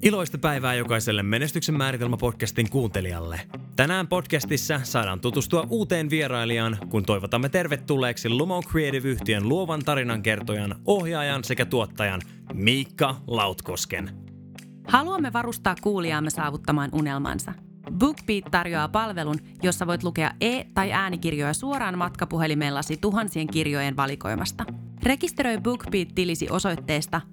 Iloista päivää jokaiselle Menestyksen määritelmä-podcastin kuuntelijalle. Tänään podcastissa saadaan tutustua uuteen vierailijaan, kun toivotamme tervetulleeksi Lumo Creative-yhtiön luovan tarinankertojan, ohjaajan sekä tuottajan Miikka Lautkosken. Haluamme varustaa kuulijaamme saavuttamaan unelmansa. BookBeat tarjoaa palvelun, jossa voit lukea e- tai äänikirjoja suoraan matkapuhelimellasi tuhansien kirjojen valikoimasta. Rekisteröi BookBeat-tilisi osoitteesta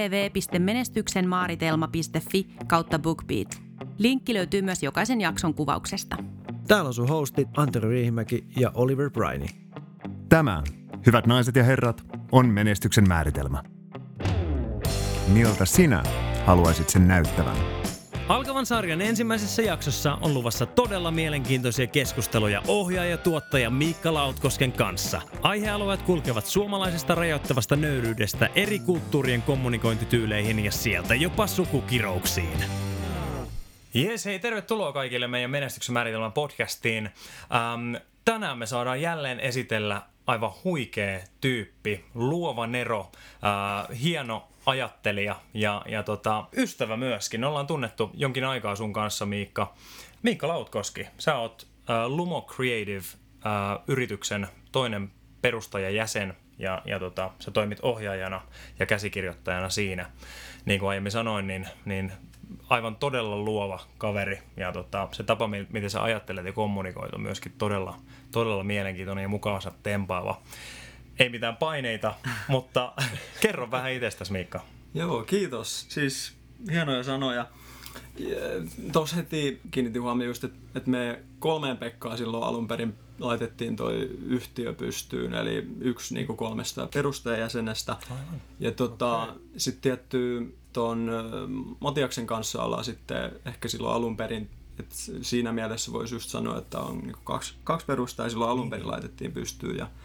www.menestyksenmaaritelma.fi/BookBeat. Linkki löytyy myös jokaisen jakson kuvauksesta. Täällä on sun hostit Antero Riihimäki ja Oliver Briney. Tämä, hyvät naiset ja herrat, on menestyksen määritelmä. Miltä sinä haluaisit sen näyttävän? Alkavan sarjan ensimmäisessä jaksossa on luvassa todella mielenkiintoisia keskusteluja ohjaaja ja tuottaja Miikka Lautkosken kanssa. Aihealueet kulkevat suomalaisesta rajoittavasta nöyryydestä eri kulttuurien kommunikointityyleihin ja sieltä jopa sukukirouksiin. Jes, hei, tervetuloa kaikille meidän Menestyksen määritelmän podcastiin. Tänään me saadaan jälleen esitellä aivan huikea tyyppi, luova nero, hieno ajattelija ja ystävä myöskin. Me ollaan tunnettu jonkin aikaa sun kanssa, Miikka. Miikka Lautkoski, sä oot Lumo Creative-yrityksen toinen perustajajäsen ja sä toimit ohjaajana ja käsikirjoittajana siinä. Niin kuin aiemmin sanoin, niin aivan todella luova kaveri ja se tapa, miten sä ajattelet ja kommunikoit on myöskin todella mielenkiintoinen ja mukaansa tempaava. Ei mitään paineita, mutta kerro vähän itsestäsi, Miikka. Joo, kiitos. Siis hienoja sanoja. Tuossa heti kiinnitin huomioon just, että me 3 Pekkaa silloin alun perin laitettiin toi yhtiö pystyyn, eli yksi niinku 3 perustajajäsenestä. Aivan. Ja sitten tietty ton Matiaksen kanssa ollaan sitten ehkä silloin alun perin, että siinä mielessä voisi just sanoa, että on niinku kaksi perustajaa silloin alun perin laitettiin pystyyn. Ja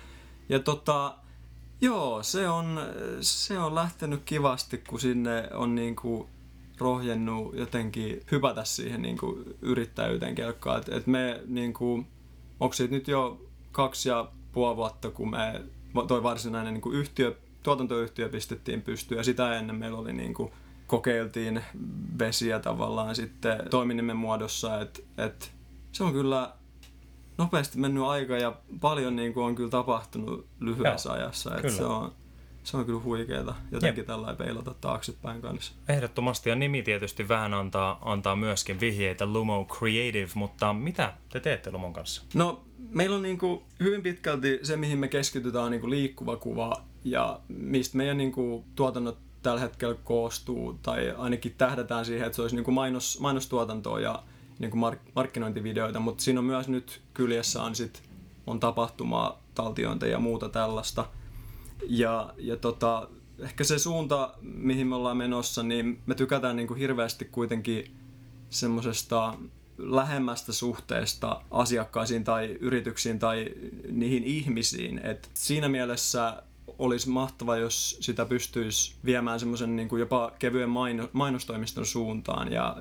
joo, se on lähtenyt kivasti, kun sinne on niinku rohjennut jotenkin hypätä siihen niinku yrittäjyyteen kelkkaan. Et me niinku, onko siitä nyt jo 2,5 vuotta, kun me toi varsinainen niinku tuotantoyhtiö pistettiin pystyyn ja sitä ennen meillä oli niinku, kokeiltiin vesiä tavallaan sitten toiminimen muodossa, että se on kyllä nopeasti mennyt aika ja paljon niin kuin on kyllä tapahtunut lyhyessä ajassa. Että se on kyllä huikeeta jotenkin tällainen peilata taaksepäin kanssa. Ehdottomasti, ja nimi tietysti vähän antaa myöskin vihjeitä Lumo Creative, mutta mitä te teette Lumon kanssa? No, meillä on niin kuin hyvin pitkälti se, mihin me keskitytään, niin kuin liikkuva kuva ja mistä meidän niin kuin tuotannot tällä hetkellä koostuu, tai ainakin tähdätään siihen, että se olisi niin kuin mainostuotantoa ja niin kuin markkinointivideoita, mutta siinä on myös nyt kyljessä on tapahtumaa, taltiointeja ja muuta tällaista. Ja ehkä se suunta, mihin me ollaan menossa, niin me tykätään niin kuin hirveästi kuitenkin semmoisesta lähemmästä suhteesta asiakkaisiin tai yrityksiin tai niihin ihmisiin. Et siinä mielessä olisi mahtava, jos sitä pystyisi viemään semmoisen niin kuin jopa kevyen mainostoimiston suuntaan ja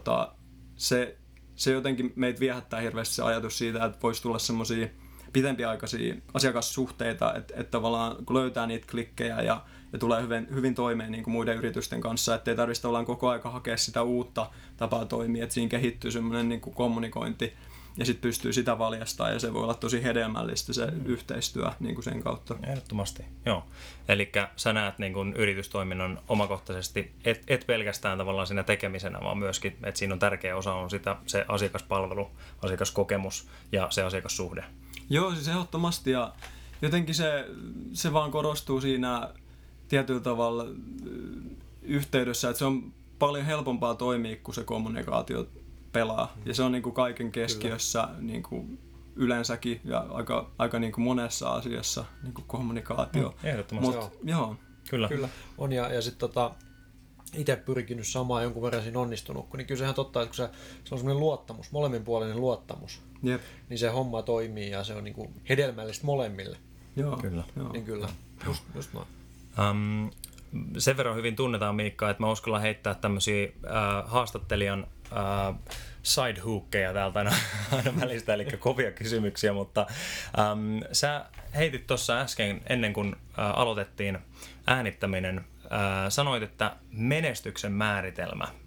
se jotenkin meitä viehättää hirveästi se ajatus siitä, että voisi tulla semmoisia pitempiaikaisia asiakassuhteita, että tavallaan kun löytää niitä klikkejä ja tulee hyvin toimeen niin kuin muiden yritysten kanssa, ettei tarvitse tavallaan koko aika hakea sitä uutta tapaa toimia, että siinä kehittyy semmoinen niin kuin kommunikointi ja sitten pystyy sitä valjastamaan ja se voi olla tosi hedelmällistä se yhteistyö niin kuin sen kautta. Ehdottomasti, joo. Eli sä näet niin kuin yritystoiminnan omakohtaisesti, et pelkästään tavallaan siinä tekemisenä, vaan myöskin, että siinä on tärkeä osa on se asiakaspalvelu, asiakaskokemus ja se asiakassuhde. Joo, siis ehdottomasti ja jotenkin se vaan korostuu siinä tietyllä tavalla yhteydessä, että se on paljon helpompaa toimia, kun se kommunikaatio pelaa. Ja se on niin kuin kaiken keskiössä niin kuin yleensäkin ja aika niin kuin monessa asiassa niin kuin kommunikaatio. Ehdottomasti. Joo. Kyllä. On ja sitten itse pyrkinyt samaan jonkun verran siinä onnistunut, niin kyllä sehän totta, että kun se on semmoinen luottamus, molemminpuolinen luottamus, Jep. niin se homma toimii ja se on niin kuin hedelmällistä molemmille. Joo. Kyllä. Joo. Niin kyllä, just noin. Sen verran hyvin tunnetaan, Miikka, että mä uskallan heittää tämmöisiä haastattelijan sidehookkeja täältä aina välistä, eli kovia kysymyksiä, mutta sä heitit tuossa äsken, ennen kuin aloitettiin äänittäminen, sanoit, että menestyksen määritelmä.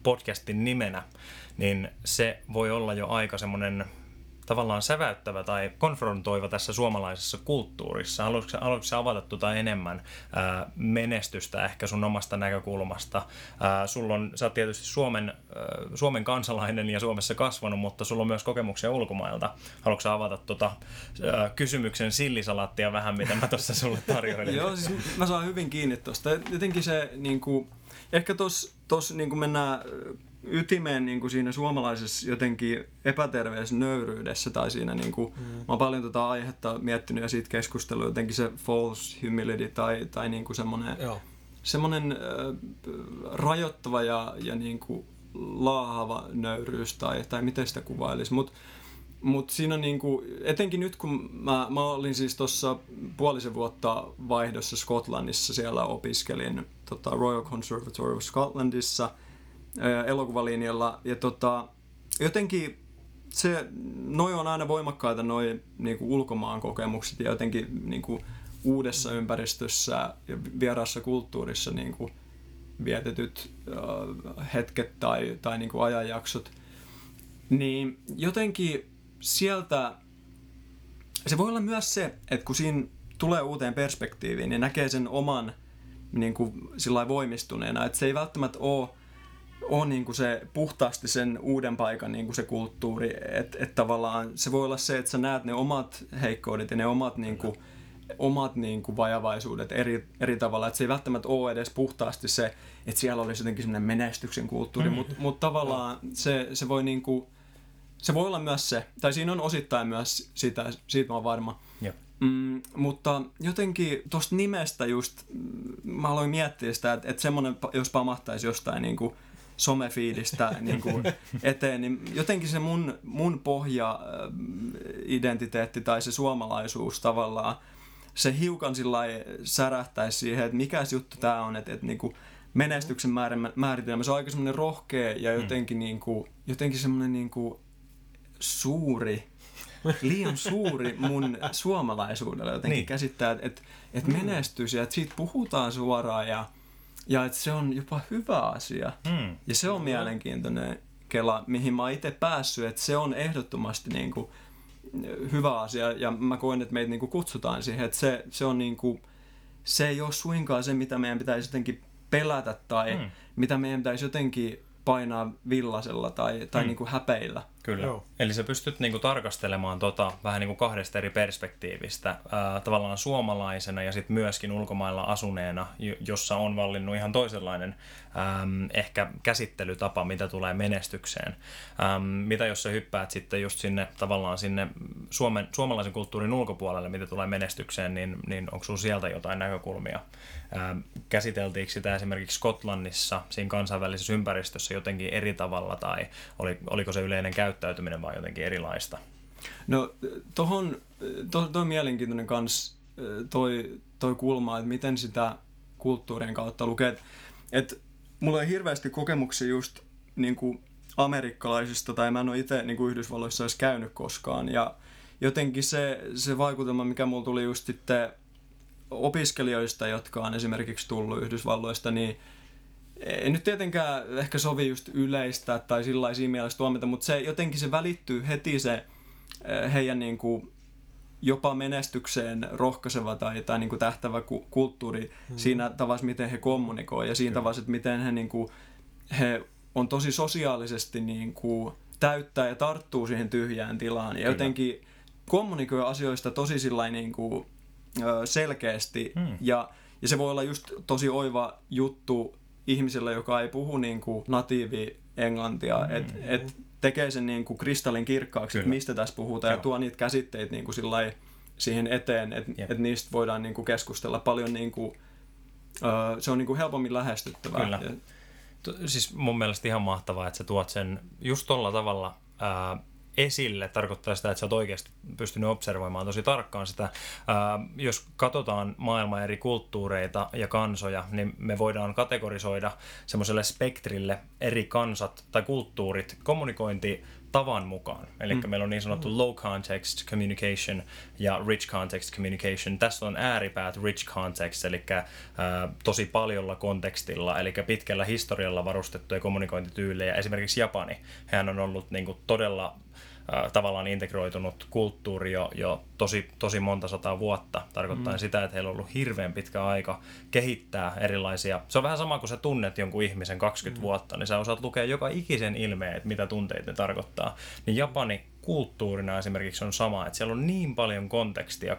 podcastin nimenä, niin se voi olla jo aika semmoinen tavallaan säväyttävä tai konfrontoiva tässä suomalaisessa kulttuurissa. Haluatko sä avata enemmän menestystä ehkä sun omasta näkökulmasta? Sä oot tietysti Suomen kansalainen ja Suomessa kasvanut, mutta sulla on myös kokemuksia ulkomailta. Haluatko sä avata kysymyksen sillisalattia vähän, mitä mä tuossa sulle tarjoilin? Joo, siis mä saan hyvin kiinni tuosta. Jotenkin se, ehkä tuossa mennään ytimeen siinä suomalaisessa jotenkin epäterveessä nöyryydessä tai siinä mä oon paljon aihetta miettinyt ja siitä keskustelua, jotenkin se false humility tai semmoinen rajoittava ja laahava nöyryys tai miten sitä kuvailisi, mut siinä on etenkin nyt kun mä olin siis tuossa puolisen vuotta vaihdossa Skotlannissa, siellä opiskelin Royal Conservatory of Scotlandissa elokuvalinjalla ja jotenkin noi on aina voimakkaita noi ulkomaan kokemukset ja jotenkin uudessa ympäristössä ja vieraassa kulttuurissa vietetyt hetket tai ajanjaksot, niin jotenkin sieltä se voi olla myös se, että kun siinä tulee uuteen perspektiiviin, niin näkee sen oman sillai voimistuneena, että se ei välttämättä ole se puhtaasti sen uuden paikan se kulttuuri, että tavallaan se voi olla se, että sä näet ne omat heikkoudet ja ne omat vajavaisuudet eri tavalla, että se ei välttämättä ole edes puhtaasti se, että siellä olisi jotenkin semmoinen menestyksen kulttuuri, mutta tavallaan se voi se voi olla myös se, tai siinä on osittain myös siitä mä oon varma. Mutta jotenkin tuosta nimestä just, mä aloin miettiä sitä, että semmoinen, jos pamahtaisi jostain somefiidistä eteen, niin jotenkin se mun pohja-identiteetti tai se suomalaisuus tavallaan, se hiukan sillai särähtäisi siihen, että mikäs juttu tää on, että menestyksen määritelmä, se on aika semmoinen rohkea ja jotenkin semmoinen suuri, liian suuri mun suomalaisuudelle jotenkin käsittää, että menestyisi ja että siitä puhutaan suoraan ja että se on jopa hyvä asia. Ja se on mielenkiintoinen kela, mihin mä oon itse päässyt, että se on ehdottomasti hyvä asia ja mä koen, että meitä kutsutaan siihen, että se on se ei ole suinkaan se, mitä meidän pitäisi jotenkin pelätä tai mitä meidän pitäisi jotenkin painaa villasella tai häpeillä. Kyllä. Joo. Eli sä pystyt tarkastelemaan vähän kahdesta eri perspektiivistä, tavallaan suomalaisena ja sitten myöskin ulkomailla asuneena, jossa on vallinnut ihan toisenlainen ehkä käsittelytapa, mitä tulee menestykseen. Mitä jos sä hyppäät sitten just sinne suomalaisen kulttuurin ulkopuolelle, mitä tulee menestykseen, niin onko sulla sieltä jotain näkökulmia? Käsiteltiinkö sitä esimerkiksi Skotlannissa, siinä kansainvälisessä ympäristössä jotenkin eri tavalla tai oliko se yleinen käyttäytyminen vai jotenkin erilaista? No toi mielenkiintoinen kans toi kulma, että miten sitä kulttuurien kautta lukee. Et mulla on hirveästi kokemuksia just amerikkalaisista, tai mä en ole itse Yhdysvalloissa edes käynyt koskaan. Ja jotenkin se vaikutelma, mikä mulla tuli just sitten opiskelijoista, jotka on esimerkiksi tullut Yhdysvalloista, niin ei nyt tietenkään ehkä sovi just yleistä tai sillaisia mielessä tuomita, mutta se jotenkin se välittyy heti se heidän jopa menestykseen rohkaiseva tai tähtävä kulttuuri siinä tavassa, miten he kommunikoi ja siinä tavassa, että miten he on tosi sosiaalisesti täyttää ja tarttuu siihen tyhjään tilaan ja jotenkin kommunikoi asioista tosi sillain selkeästi ja se voi olla just tosi oiva juttu ihmiselle, joka ei puhu natiivi englantia, että tekee sen kristallin kirkkaaksi, että mistä tässä puhutaan ja tuo niitä käsitteitä siihen eteen, että niistä voidaan keskustella paljon, se on helpommin lähestyttävää. Kyllä. Siis mun mielestä ihan mahtavaa, että sä tuot sen just tolla tavalla esille, tarkoittaa sitä, että sä oot oikeasti pystynyt observoimaan tosi tarkkaan sitä. Jos katsotaan maailman eri kulttuureita ja kansoja, niin me voidaan kategorisoida semmoiselle spektrille eri kansat tai kulttuurit kommunikointi tavan mukaan. Eli meillä on niin sanottu low context communication ja rich context communication. Tässä on ääripäät rich context, eli tosi paljolla kontekstilla, eli pitkällä historialla varustettuja kommunikointityylejä. Esimerkiksi Japani, hän on ollut niin kuin todella tavallaan integroitunut kulttuuri jo tosi monta sataa vuotta, tarkoittaen sitä, että heillä on ollut hirveän pitkä aika kehittää erilaisia. Se on vähän sama kuin sä tunnet jonkun ihmisen 20 vuotta, niin sä osaat lukea joka ikisen ilmeen, että mitä tunteet ne tarkoittaa. Niin Japani kulttuurina esimerkiksi on sama, että siellä on niin paljon kontekstia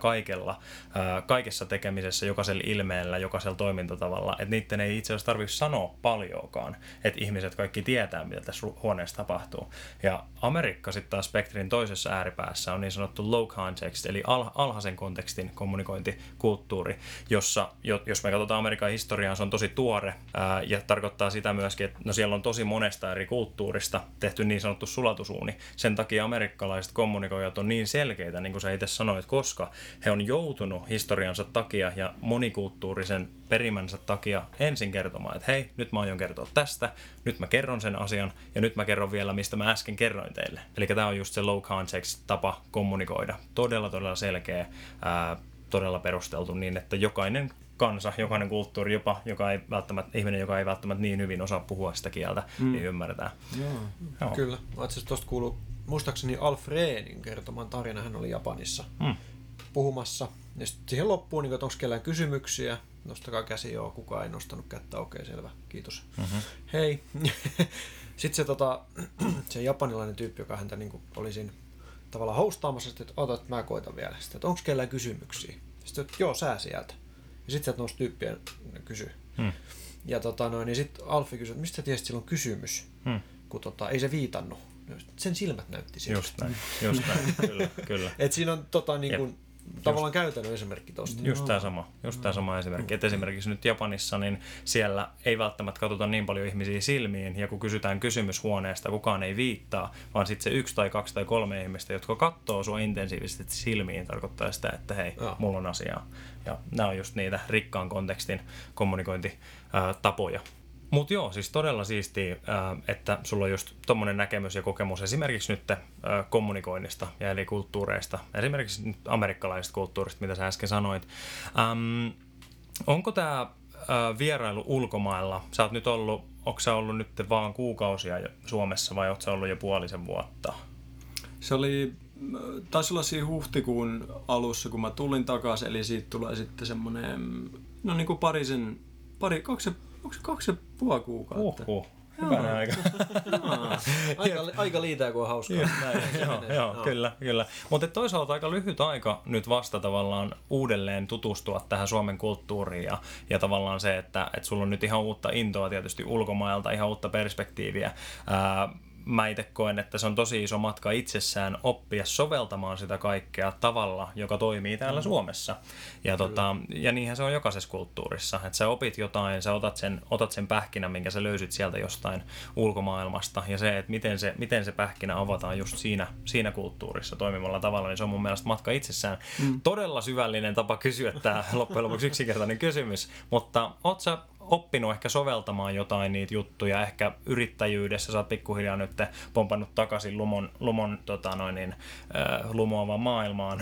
kaikessa tekemisessä, jokaisella ilmeellä, jokaisella toimintatavalla, että niiden ei itse asiassa tarvitse sanoa paljoakaan, että ihmiset kaikki tietää, mitä tässä huoneessa tapahtuu. Ja Amerikka sitten taas spektrin toisessa ääripäässä on niin sanottu low context, eli alhaisen kontekstin kommunikointikulttuuri, jossa, jos me katsotaan Amerikan historiaa, se on tosi tuore ja tarkoittaa sitä myöskin, että siellä on tosi monesta eri kulttuurista tehty niin sanottu sulatusuuni. Sen takia amerikkalaiset kommunikoijat on niin selkeitä, niin kuin sä itse sanoit, koska he on joutunut historiansa takia ja monikulttuurisen perimänsä takia ensin kertomaan, että hei, nyt mä aion kertoa tästä, nyt mä kerron sen asian ja nyt mä kerron vielä, mistä mä äsken kerroin teille. Eli tämä on just se low context tapa kommunikoida. Todella selkeä, todella perusteltu niin, että jokainen kansa, jokainen kulttuuri, jopa ihminen, joka ei välttämättä niin hyvin osaa puhua sitä kieltä, niin ymmärtää. Joo. Kyllä. Itse asiassa tuosta kuuluu muistaakseni Alfredin kertoman tarina. Hän oli Japanissa puhumassa. Ja sitten siihen loppuun, niin onko kellään kysymyksiä? Nostakaa käsi, joo, kukaan ei nostanut kättä, okei, selvä, kiitos. Hei. Sitten se japanilainen tyyppi, joka häntä niin oli siinä tavallaan hostaamassa, että ota, mä koitan vielä. Sitten, että onko kellään kysymyksiä? Sitten, että joo, sä sieltä. Ja sitten sieltä nousi tyyppiä ja kysyi. Ja niin sitten Alfi kysyi, että mistä sä tiesit, sillä on kysymys, kun ei se viitannut. Sen silmät näytti siltä. Just näin, kyllä. Et siinä on niin kuin, tavallaan käytännön esimerkki tosta. Just tämä sama esimerkki. Et esimerkiksi nyt Japanissa, niin siellä ei välttämättä katsota niin paljon ihmisiä silmiin, ja kun kysytään kysymyshuoneesta, kukaan ei viittaa, vaan sitten se 1 tai 2 tai 3 ihmistä, jotka katsoo sua intensiivisesti silmiin, tarkoittaa sitä, että hei, mulla on asiaa. Ja nämä on just niitä rikkaan kontekstin kommunikointitapoja. Mutta joo, siis todella siistiä, että sulla on just tommonen näkemys ja kokemus esimerkiksi nyt kommunikoinnista ja eli kulttuureista, esimerkiksi nyt amerikkalaisesta kulttuurista, mitä sä äsken sanoit. Onko tämä vierailu ulkomailla, sä oot nyt onko sä ollut nyt vaan kuukausia Suomessa vai oot sä ollut jo puolisen vuotta? Se taisi olla siinä huhtikuun alussa, kun mä tulin takaisin, eli siitä tulee sitten semmoinen, no niin kuin kaksi ja puoli kuukautta. Hyvänä aika. Aika liitää, kun on hauskaa. Joo, kyllä. Mutta toisaalta aika lyhyt aika nyt vasta tavallaan uudelleen tutustua tähän Suomen kulttuuriin ja tavallaan se, että sulla on nyt ihan uutta intoa tietysti ulkomailta, ihan uutta perspektiiviä. Mä itse koen, että se on tosi iso matka itsessään oppia soveltamaan sitä kaikkea tavalla, joka toimii täällä Suomessa. Ja niinhän se on jokaisessa kulttuurissa, että sä opit jotain, sä otat sen pähkinän, minkä sä löysit sieltä jostain ulkomaailmasta, ja se, että miten se pähkinä avataan just siinä kulttuurissa toimivalla tavalla, niin se on mun mielestä matka itsessään. Todella syvällinen tapa kysyä tämä loppujen lopuksi yksinkertainen kysymys, mutta oot sä oppinut ehkä soveltamaan jotain niitä juttuja, ehkä yrittäjyydessä sä oot pikkuhiljaa nyt pompannut takaisin lumoavaan maailmaan,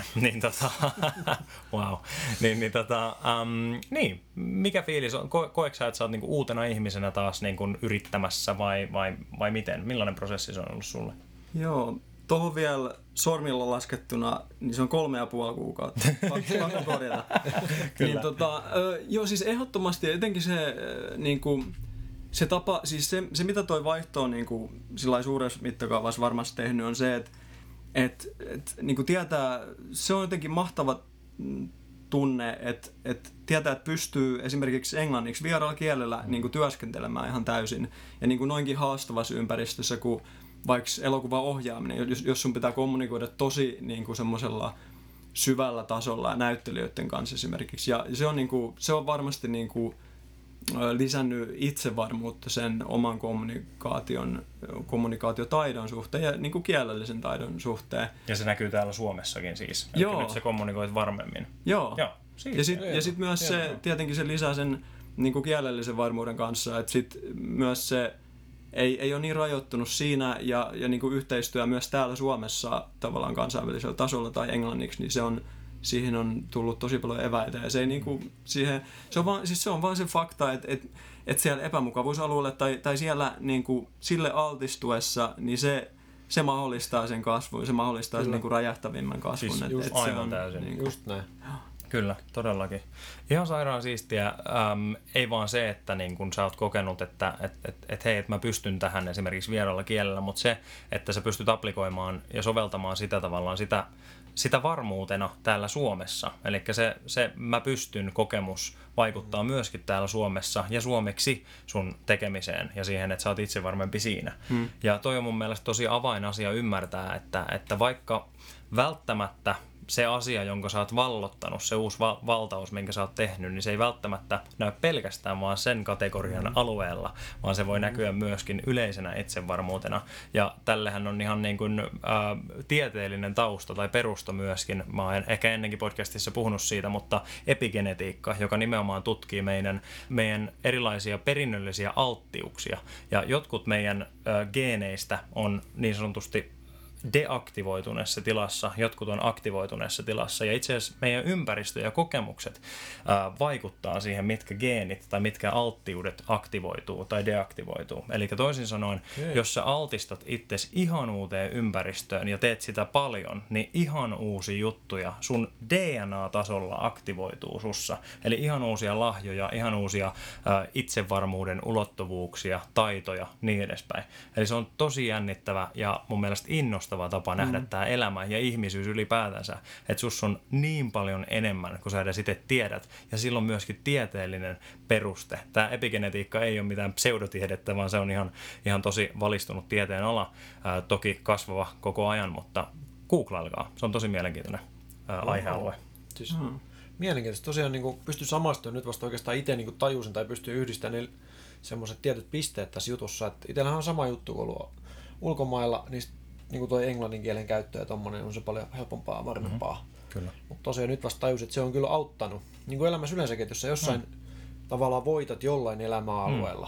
niin mikä fiilis on, koetko sä, että sä oot niinku uutena ihmisenä taas niinku yrittämässä vai miten, millainen prosessi se on ollut sulle? Joo, tuohon vielä sormilla laskettuna, niin se on 3,5 kuukautta. Pakko korjata. Joo, siis ehdottomasti etenkin se, niinku, se tapa, siis se mitä toi vaihto on niinku, sillä suuressa mittakaavassa varmasti tehnyt, on se, että niinku tietää, se on jotenkin mahtava tunne, että tietää, että pystyy esimerkiksi englanniksi vieraalla kielellä niinku, työskentelemään ihan täysin. Ja niinku, noinkin haastavassa ympäristössä, kun vaikka elokuvan ohjaaminen, jos sun pitää kommunikoida tosi niinku semmoisella syvällä tasolla ja näyttelijöiden kanssa esimerkiksi. Ja se on varmasti niinku lisännyt itsevarmuutta sen oman kommunikaatiotaidon suhteen ja niinku kielellisen taidon suhteen. Ja se näkyy täällä Suomessakin siis. Joo. Nyt sä kommunikoit varmemmin. Joo. Ja sit myös se, tietenkin se lisää sen niinku kielellisen varmuuden kanssa, että sit myös se ei ole niin rajoittunut siinä ja niin kuin yhteistyö myös täällä Suomessa tavallaan kansainvälisellä tasolla tai englanniksi, niin siihen on tullut tosi paljon eväitä ja se ei niinku siihen se on vaan se fakta, että siellä epämukavuusalueella tai siellä niinku sille altistuessa niin se mahdollistaa sen kasvun, se mahdollistaa sen niinku räjähtävimmän kasvun. Siis just aivan täysin. Niinku, just näin. Kyllä, todellakin. Ihan sairaan siistiä. Ei vaan se, että niin kun sä oot kokenut, että hei, että mä pystyn tähän esimerkiksi vieraalla kielellä, mutta se, että sä pystyt applikoimaan ja soveltamaan sitä tavallaan sitä varmuutena täällä Suomessa. Eli se mä pystyn kokemus vaikuttaa myöskin täällä Suomessa ja suomeksi sun tekemiseen ja siihen, että sä oot itse varmempi siinä. Ja toi on mun mielestä tosi avainasia ymmärtää, että vaikka välttämättä se asia, jonka sä oot vallottanut, se uusi valtaus, minkä sä oot tehnyt, niin se ei välttämättä näy pelkästään vaan sen kategorian alueella, vaan se voi näkyä myöskin yleisenä itsevarmuutena. Ja tällähän on ihan niin kuin, tieteellinen tausta tai perusta myöskin. Mä oon ehkä ennenkin podcastissa puhunut siitä, mutta epigenetiikka, joka nimenomaan tutkii meidän erilaisia perinnöllisiä alttiuksia. Ja jotkut meidän geeneistä on niin sanotusti deaktivoituneessa tilassa, jotkut on aktivoituneessa tilassa, ja itse asiassa meidän ympäristö ja kokemukset vaikuttaa siihen, mitkä geenit tai mitkä alttiudet aktivoituu tai deaktivoituu. Eli toisin sanoen, jos sä altistat itsesi ihan uuteen ympäristöön ja teet sitä paljon, niin ihan uusia juttuja sun DNA-tasolla aktivoituu sussa. Eli ihan uusia lahjoja, ihan uusia itsevarmuuden ulottuvuuksia, taitoja, niin edespäin. Eli se on tosi jännittävä ja mun mielestä innostava tapa nähdä tämä elämä ja ihmisyys ylipäätänsä, että sus on niin paljon enemmän kuin sä edes itse tiedät, ja silloin myöskin tieteellinen peruste. Tämä epigenetiikka ei ole mitään pseudotiedettä, vaan se on ihan tosi valistunut tieteen ala, toki kasvava koko ajan, mutta googlailkaa, se on tosi mielenkiintoinen aihealue. Siis, mielenkiintoista, tosiaan niin pystyy samastumaan, nyt vasta oikeastaan itse niin tajusin tai pystyy yhdistämään semmoiset tietyt pisteet tässä jutussa, että itsellähän on sama juttu kuin ollut ulkomailla, niin kuin toi englannin kielen käyttö ja tommonen on se paljon helpompaa ja varmempaa. Kyllä. Mutta tosiaan nyt vasta tajusin, että se on kyllä auttanut. Niin kuin elämässä yleensäkin, että jos sä jossain tavallaan voitat jollain elämäalueella,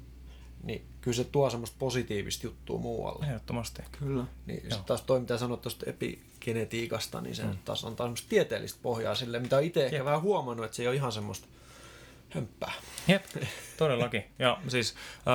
niin kyllä se tuo semmoista positiivista juttua muualle. Ehdottomasti. Kyllä. Niin sitten taas toi, mitä sanoit tuosta epigenetiikasta, niin se taas antaa semmoista tieteellistä pohjaa sille, mitä on itse ehkä vähän huomannut, että se ei ole ihan semmoista hömppää. Jep, todellakin. Ja siis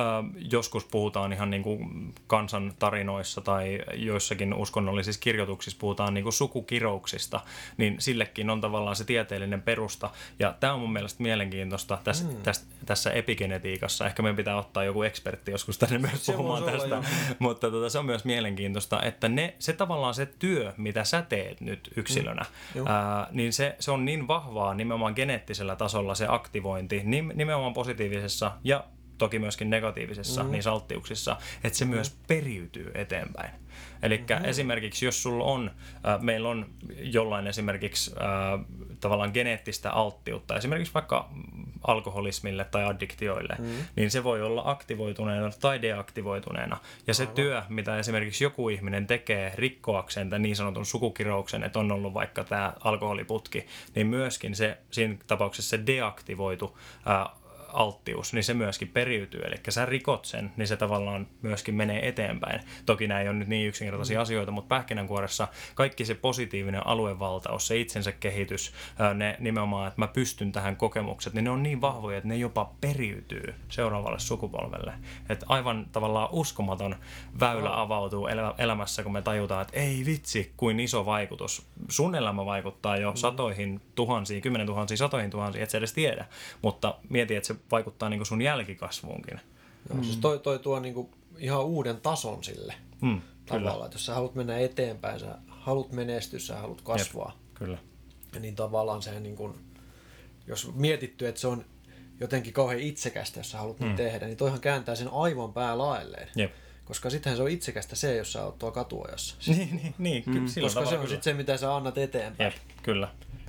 joskus puhutaan ihan niin kuin kansan tarinoissa tai joissakin uskonnollisissa kirjoituksissa puhutaan niin kuin sukukirouksista, niin sillekin on tavallaan se tieteellinen perusta. Ja tämä on mun mielestä mielenkiintoista tässä epigenetiikassa. Ehkä meidän pitää ottaa joku ekspertti joskus tänne myös puhumaan tästä. Mutta se on myös mielenkiintoista, että se tavallaan se työ, mitä sä teet nyt yksilönä, niin se on niin vahvaa nimenomaan geneettisellä tasolla se aktivointi, nimenomaan positiivisessa ja toki myöskin negatiivisessa niissä alttiuksissa, että se myös periytyy eteenpäin. Eli esimerkiksi jos sulla on, meillä on jollain esimerkiksi tavallaan geneettistä alttiutta, esimerkiksi vaikka alkoholismille tai addiktioille, niin se voi olla aktivoituneena tai deaktivoituneena. Ja se työ, mitä esimerkiksi joku ihminen tekee rikkoakseen tämän niin sanotun sukukirouksen, että on ollut vaikka tämä alkoholiputki, niin myöskin siinä tapauksessa se deaktivoitu alttius, niin se myöskin periytyy. Eli sä rikot sen, niin se tavallaan myöskin menee eteenpäin. Toki nämä ei ole nyt niin yksinkertaisia asioita, mutta pähkinänkuoressa kaikki se positiivinen aluevaltaus, se itsensä kehitys, ne nimenomaan, että mä pystyn tähän kokemukset, niin ne on niin vahvoja, että ne jopa periytyy seuraavalle sukupolvelle. Että aivan tavallaan uskomaton väylä avautuu elämässä, kun me tajutaan, että ei vitsi, kuin iso vaikutus. Sun elämä vaikuttaa jo satoihin tuhansiin, 10 000, satoihin tuhansiin, et sä edes tiedä. Mutta mieti, että se vaikuttaa niin kuin sun jälkikasvuunkin. Joo, siis toi tuo niin kuin ihan uuden tason sille tavallaan, että jos sä haluat mennä eteenpäin, sä haluat menestyä, sä haluat kasvaa. Jep, kyllä. Niin tavallaan se, niin kuin, jos mietitty, että se on jotenkin kauhean itsekästä, jos sä haluat niin tehdä, niin toihan kääntää sen aivan päälaelleen. Jep. Koska sittenhän se on itsekästä se, jos sä oot tuolla katuojassa. Niin, koska se on sitten se, mitä sä annat eteenpäin. Jep, kyllä.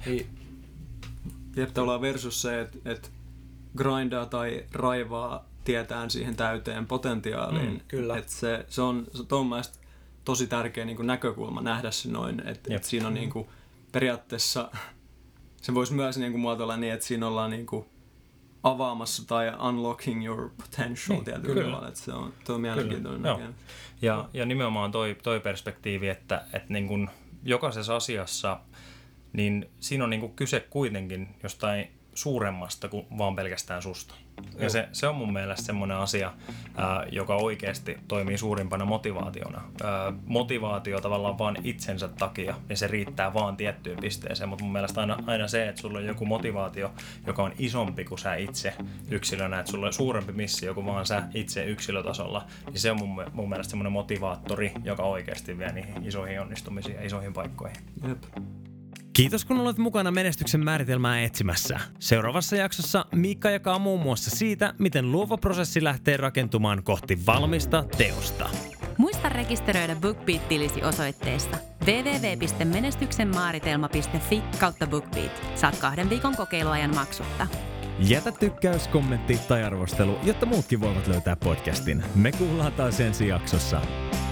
Jep, tavallaan versus se, että grindaa tai raivaa tietään siihen täyteen potentiaaliin. Kyllä. Että se on mun mielestä tosi tärkeä niin kuin näkökulma nähdä se noin, että siinä on niin kuin, periaatteessa, se voisi myös niin kuin muotoilla niin, että siinä ollaan niin kuin avaamassa tai unlocking your potential tietyllä tavalla. Että se on mielenkiintoinen näkemys. Ja nimenomaan toi perspektiivi, että niin kun jokaisessa asiassa, niin siinä on niin kun kyse kuitenkin jostain suuremmasta kuin vaan pelkästään susta. Ja se on mun mielestä semmoinen asia, joka oikeasti toimii suurimpana motivaationa. Motivaatio tavallaan vaan itsensä takia, niin se riittää vaan tiettyyn pisteeseen, mutta mun mielestä aina se, että sulla on joku motivaatio, joka on isompi kuin sä itse yksilönä, että sulla on suurempi missio kuin vaan sä itse yksilötasolla, niin se on mun mielestä semmoinen motivaattori, joka oikeasti vie niihin isoihin onnistumisiin ja isoihin paikkoihin. Jep. Kiitos kun olet mukana menestyksen määritelmää etsimässä. Seuraavassa jaksossa Miikka jakaa muun muassa siitä, miten luova prosessi lähtee rakentumaan kohti valmista teosta. Muista rekisteröidä BookBeat-tilisi osoitteessa www.menestyksenmaaritelma.fi/BookBeat. Saat 2 viikon kokeiluajan maksutta. Jätä tykkäys, kommentti tai arvostelu, jotta muutkin voivat löytää podcastin. Me kuullaan taas ensi jaksossa.